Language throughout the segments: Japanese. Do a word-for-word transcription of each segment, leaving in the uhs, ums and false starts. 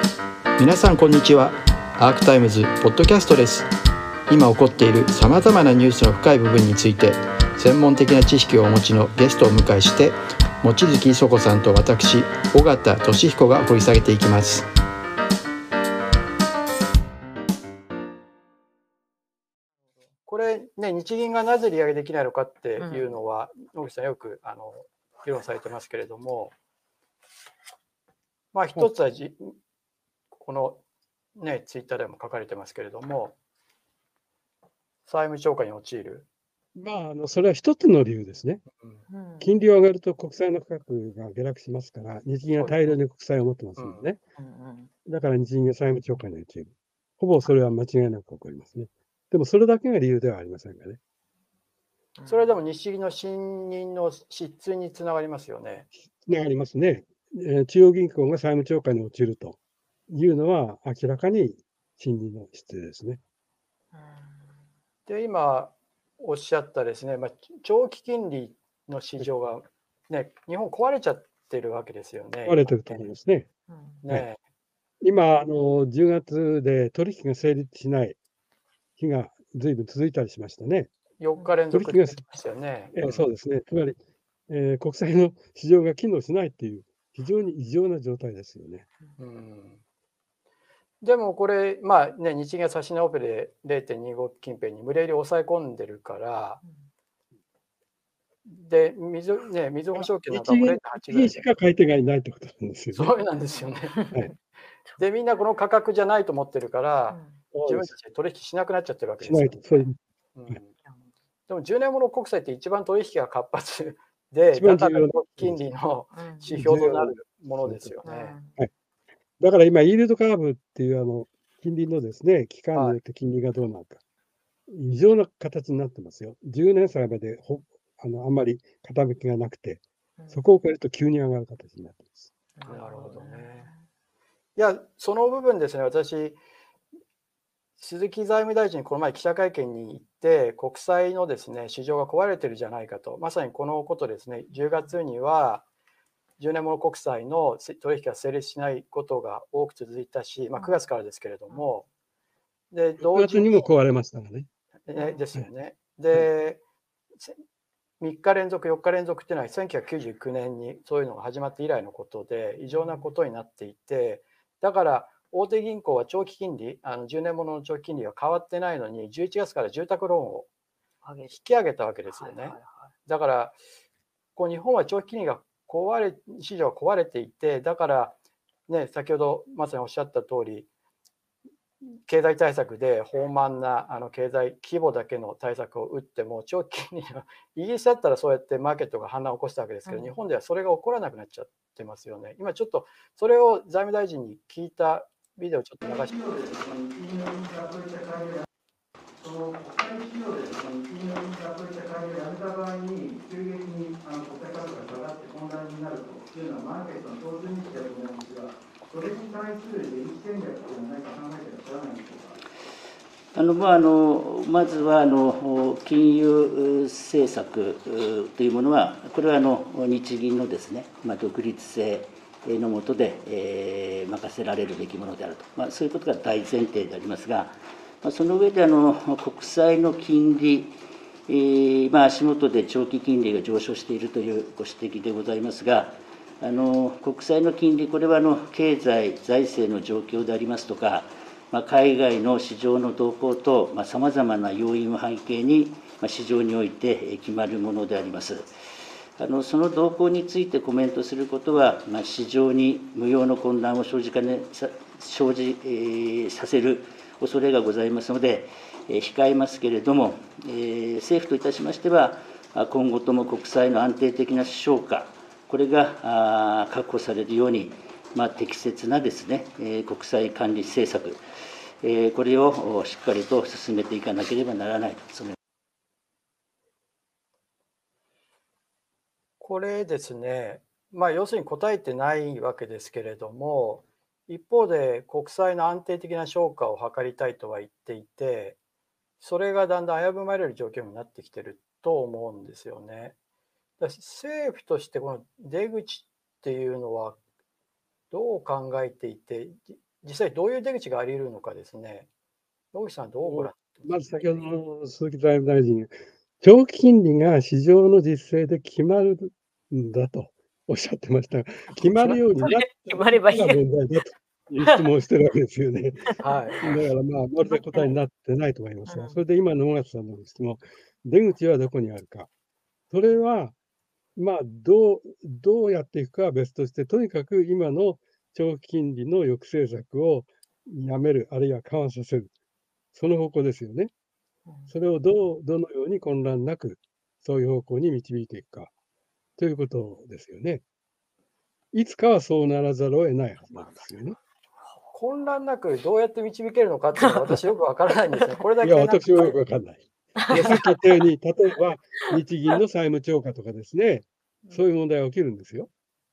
皆さんこんにちは。アークタイムズポッドキャストです。今起こっているさまざまなニュースの深い部分について専門的な知識をお持ちのゲストをお迎えして、望月磯子さんと私尾形俊彦が掘り下げていきます。これね、日銀がなぜ利上げできないのかっていうのは、うん、野口さんよくあの議論されてますけれども、まあ一つはじ、うん、このねツイッターでも書かれてますけれども、債務超過に陥る。 まあ、あのそれは一つの理由ですね。うん、金利を上げると国債の価格が下落しますから、日銀が大量に国債を持ってますのでね。うん、だから日銀が債務超過に陥る。ほぼそれは間違いなく起こりますね。でもそれだけが理由ではありませんがね。 それでも日銀の信任の失墜につながりますよね。 つながりますね。えー、中央銀行が債務超過に陥るというのは明らかに信任の失墜ですね。 で、今おっしゃったですね、まあ、長期金利の市場が、ね、日本壊れちゃってるわけですよね。 壊れてると思いますね。ね、はい、今あの、じゅうがつで取引が成立しない日がずいぶん続いたりしましたね。 よっか連続できましたよね。 えー、そうですね。つまり、えー、国債の市場が機能しないっていう、非常に異常な状態ですよね。 うん、でもこれ、まあね、日銀が指し値オペで れいてんにご 近辺に無理やり抑え込んでるから、で、みず、ね、みずほ証券なんかも れいてんはち ぐらいしか買い手がいないってことなんですよね。 そうなんですよね。はい、で、みんなこの価格じゃないと思ってるから、うん、自分たちで取引しなくなっちゃってるわけですよ、ね。そういう、うん、でもじゅうねんもの国債って一番取引が活発で、だから金利の指標となるものですよね。 はい、だから今、イールドカーブっていうあの金利のですね、期間によって金利がどうなるか、異常な形になってますよ。じゅうねん債までほあのあんまり傾きがなくて、そこを超えると急に上がる形になってます。 なるほどね。いや、その部分ですね、私、鈴木財務大臣、この前記者会見に行って、国債のですね、市場が壊れてるじゃないかと、まさにこのことですね、じゅうがつにはじゅうねんもの国債の取引が成立しないことが多く続いたし、まあ、くがつからですけれども、 で同時にも壊れましたね。 ですよね。はい、で、みっか連続、よっか連続っていうのはせんきゅうひゃくきゅうじゅうきゅうねんにそういうのが始まって以来のことで、異常なことになっていて、だから大手銀行は長期金利、あのじゅうねんものの長期金利が変わってないのに、じゅういちがつから住宅ローンを引き上げたわけですよね。だから、こう日本は長期金利が壊れ、市場が壊れていて、だから、ね、先ほどまさにおっしゃった通り、経済対策で豊満なあの経済規模だけの対策を打っても、長期金利はイギリスだったらそうやってマーケットが反乱を起こしたわけですけど、日本ではそれが起こらなくなっちゃってますよね。今ちょっとそれを財務大臣に聞いたビデオをちょっと流して。 その国債市場でその金融がそういった介入をやめた場合に、急激にあの国債価格が下がって混乱になるというのはマーケットの標準認識だと思うんですが、それに対する出口戦略というのは何か考えていらっしゃらないでしょうか。 あのまあ、あのまずはあの金融政策というものは、これはあの日銀のですね、まあ、独立性の下で、えー、任せられるべきものであると、まあ、そういうことが大前提でありますが、まあ、その上であの国債の金利、えーまあ、足元で長期金利が上昇しているというご指摘でございますが、あの国債の金利、これはあの経済、財政の状況でありますとか、まあ、海外の市場の動向とさまざまな要因を背景に、まあ、市場において決まるものであります。あのその動向についてコメントすることは、まあ、市場に無用の混乱を生じかねさ生じ、えー、させる恐れがございますので、えー、控えますけれども、えー、政府といたしましては、今後とも国債の安定的な消化、これが確保されるように、まあ、適切なですね、国債管理政策、これをしっかりと進めていかなければならないと。 これですね、まあ、要するに答えてないわけですけれども、一方で国債の安定的な消化を図りたいとは言っていて、それがだんだん危ぶまれる状況になってきてると思うんですよね。だ政府としてこの出口っていうのはどう考えていて、 実際どういう出口があり得るのかですね、野口さん、どうご覧まず先ほどの鈴木財務大臣、長期金利が市場の実勢で決まるんだとおっしゃってましたが、決まるようになった決まればいいが問題だという質問をしてるわけですよね。 はい。 だからまあ、まるで答えになってないと思いますが、 うんそれで今の尾形さんの質問、出口はどこにあるか。それは、まあ、どう、どうやっていくかは別として、とにかく今の長期金利の抑制策をやめる、あるいは緩和させる。その方向ですよね。それをどう、どのように混乱なく、そういう方向に導いていくか、ということですよね。いつかはそうならざるを得ないはずなんですよね。 混乱なくどうやって導けるのかっていうのは私よくわからないんですね。これだいや、 けなんか私もよくわかんない。いやさっき言ったように、例えば日銀の債務超過とかですね、そういう問題が起きるんですよ。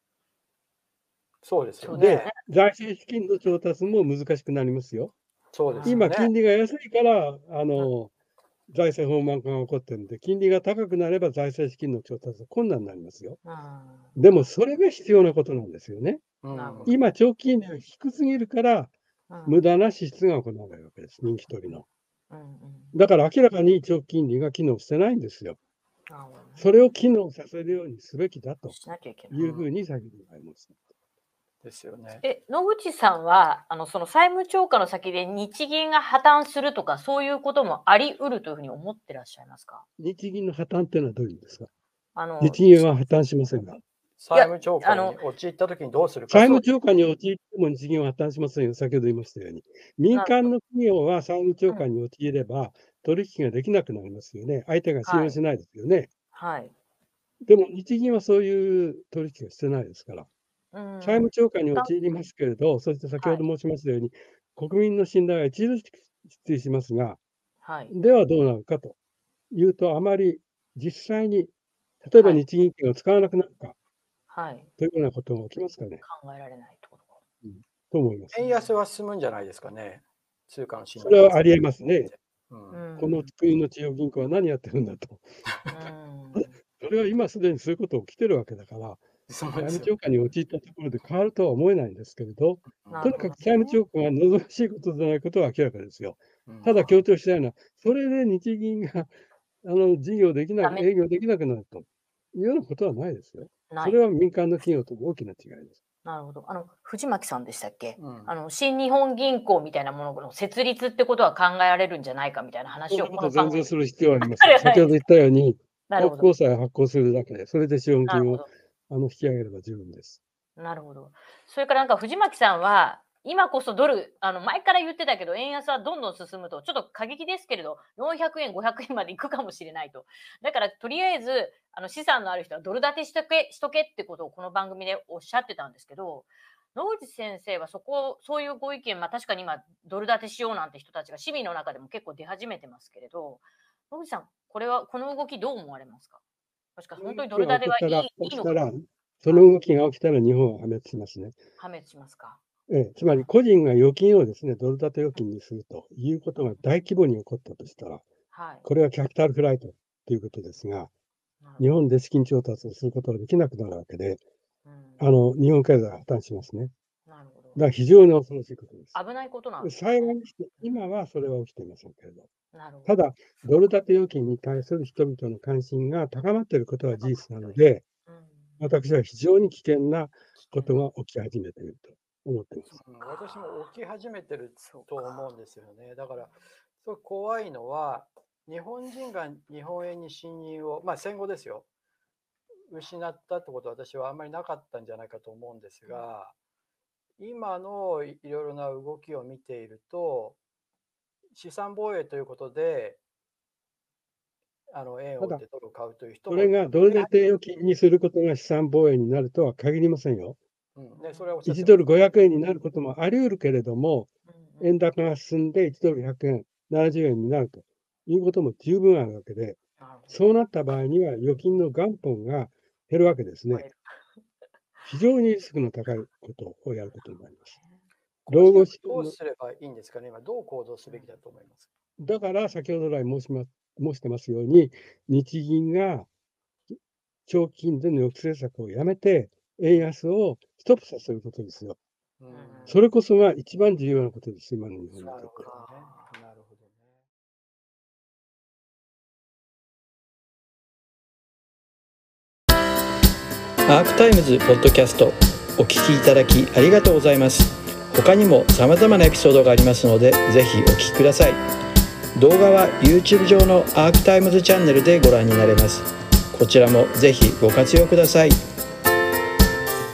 そうですよでね。、 財政資金の調達も難しくなりますよ。 そうですよ今、 ね。 金利が安いから、あの、財政放満化が起こってるんで、金利が高くなれば財政資金の調達が困難になりますよ。 うんでも、それが必要なことなんですよね。 うんなるほど今、長期金利が低すぎるから、 うん無駄な支出が行われるわけです、人気取りの。 うんうんだから明らかに長期金利が機能してないんですよ。 なるほどねそれを機能させるようにすべきだとしなきゃいけない。 いうふうに先ほど言われました。 ですよね。 え、野口さんはあのその債務超過の先で日銀が破綻するとかそういうこともあり得るというふうに思ってらっしゃいますか？ 日銀の破綻っていうのはどういうんですか。 あの日銀は破綻しませんが。 債務超過あのに陥ったときにどうするか。 債務超過に陥っても日銀は破綻しませんよ。先ほど言いましたように。民間の企業は債務超過に陥れば取引ができなくなりますよね。相手が信用しないですよね。 はい。 でも日銀はそういう取引をしてないですから。 うん債務超過に陥りますけれど、そして先ほど申しましたように、国民の信頼は著しく失墜しますが、 はい。 ではどうなるかというと、あまり実際に、例えばはい日銀券を使わなくなるかはい。 というようなことが起きますかね、 考えられないってことか。 と思います。 円安は進むんじゃないですかね。通貨の信それはありえまますね。 うん。 この国の地方銀行は何やってるんだと。 うんそれは今すでにそういうこと起きてるわけだから、債務そうですよ超過に陥ったところで変わるとは思えないんですけれど、 なるほどとにかく債務超過が望ましいことでないことは明らかですよ。 うんただ強調したいのは、それで日銀があの事業できなく、 ダメ営業できなくなるというようなことはないですよ。 ないそれは民間の企業との大きな違いです。 なるほど。あの藤巻さんでしたっけ？ うんあの新日本銀行みたいなものの設立ってことは考えられるんじゃないかみたいなそ話をんなことこの番組全然する必要はありませはいん。先ほど言ったように、 なるほど。 国交債を発行するだけで、それで資本金をなるほど。 あの引き上げれば十分です。 なるほど。それからなんか藤巻さんは今こそドルあの前から言ってたけど円安はどんどん進むとちょっと過激ですけれどよんひゃくえんごひゃくえんまでいくかもしれないと。だからとりあえずあの資産のある人はドル建てしとけしとけってことをこの番組でおっしゃってたんですけど、野口先生はそこそういうご意見、まあ確かに今ドル建てしようなんて人たちが市民の中でも結構出始めてますけれど、野口さんこれはこの動きどう思われますか？もしか本当にドル建てはいいいいのか起きたら、その動きが起きたら日本は破滅しますね。 破滅しますか？ ええ、つまり個人が預金をですね、ドル建て預金にするということが大規模に起こったとしたら、 はい。 これはキャピタルフライトということですが、 なるほど日本で資金調達をすることができなくなるわけで、 うんあの日本経済が破綻しますね。 なるほど。 だから非常に恐ろしいことです。 危ないことなんです、 幸いにして、今はそれは起きていませんけれど、 なるほど。 ただ、ドル建て預金に対する人々の関心が高まっていることは事実なので、 うん、 私は非常に危険なことが起き始めていると思っています。 うん私も起き始めてると思うんですよね。だから、すごい怖いのは、日本人が日本円に信任を、まあ戦後ですよ、失ったってことは私はあんまりなかったんじゃないかと思うんですが、今のいろいろな動きを見ていると、資産防衛ということで、あの円を売ってドルを買うという人もそれがドル建て預金にすることが資産防衛になるとは限りませんよ。 うんね、それはおっしゃっていちドルごひゃくえんになることもあり得るけれども、 うんうん円高が進んでいちドルひゃくえん、ななじゅうえんになるということも十分あるわけで、 なるほどそうなった場合には預金の元本が減るわけですね。非常にリスクの高いことをやることになります。老後資金のどうすればいいんですかね、今、どう行動すべきだと思いますか。 だから先ほど来申しま申してますように、日銀が長期金利の抑制策をやめて、円安をストップさせることですよ。 それこそが一番重要なことです、今の日本にとって。 なるほどね。なるほどね。 アークタイムズポッドキャストお聞きいただきありがとうございます。他にも様々なエピソードがありますので、ぜひお聞きください。動画は YouTube 上のアークタイムズチャンネルでご覧になれます。こちらもぜひご活用ください。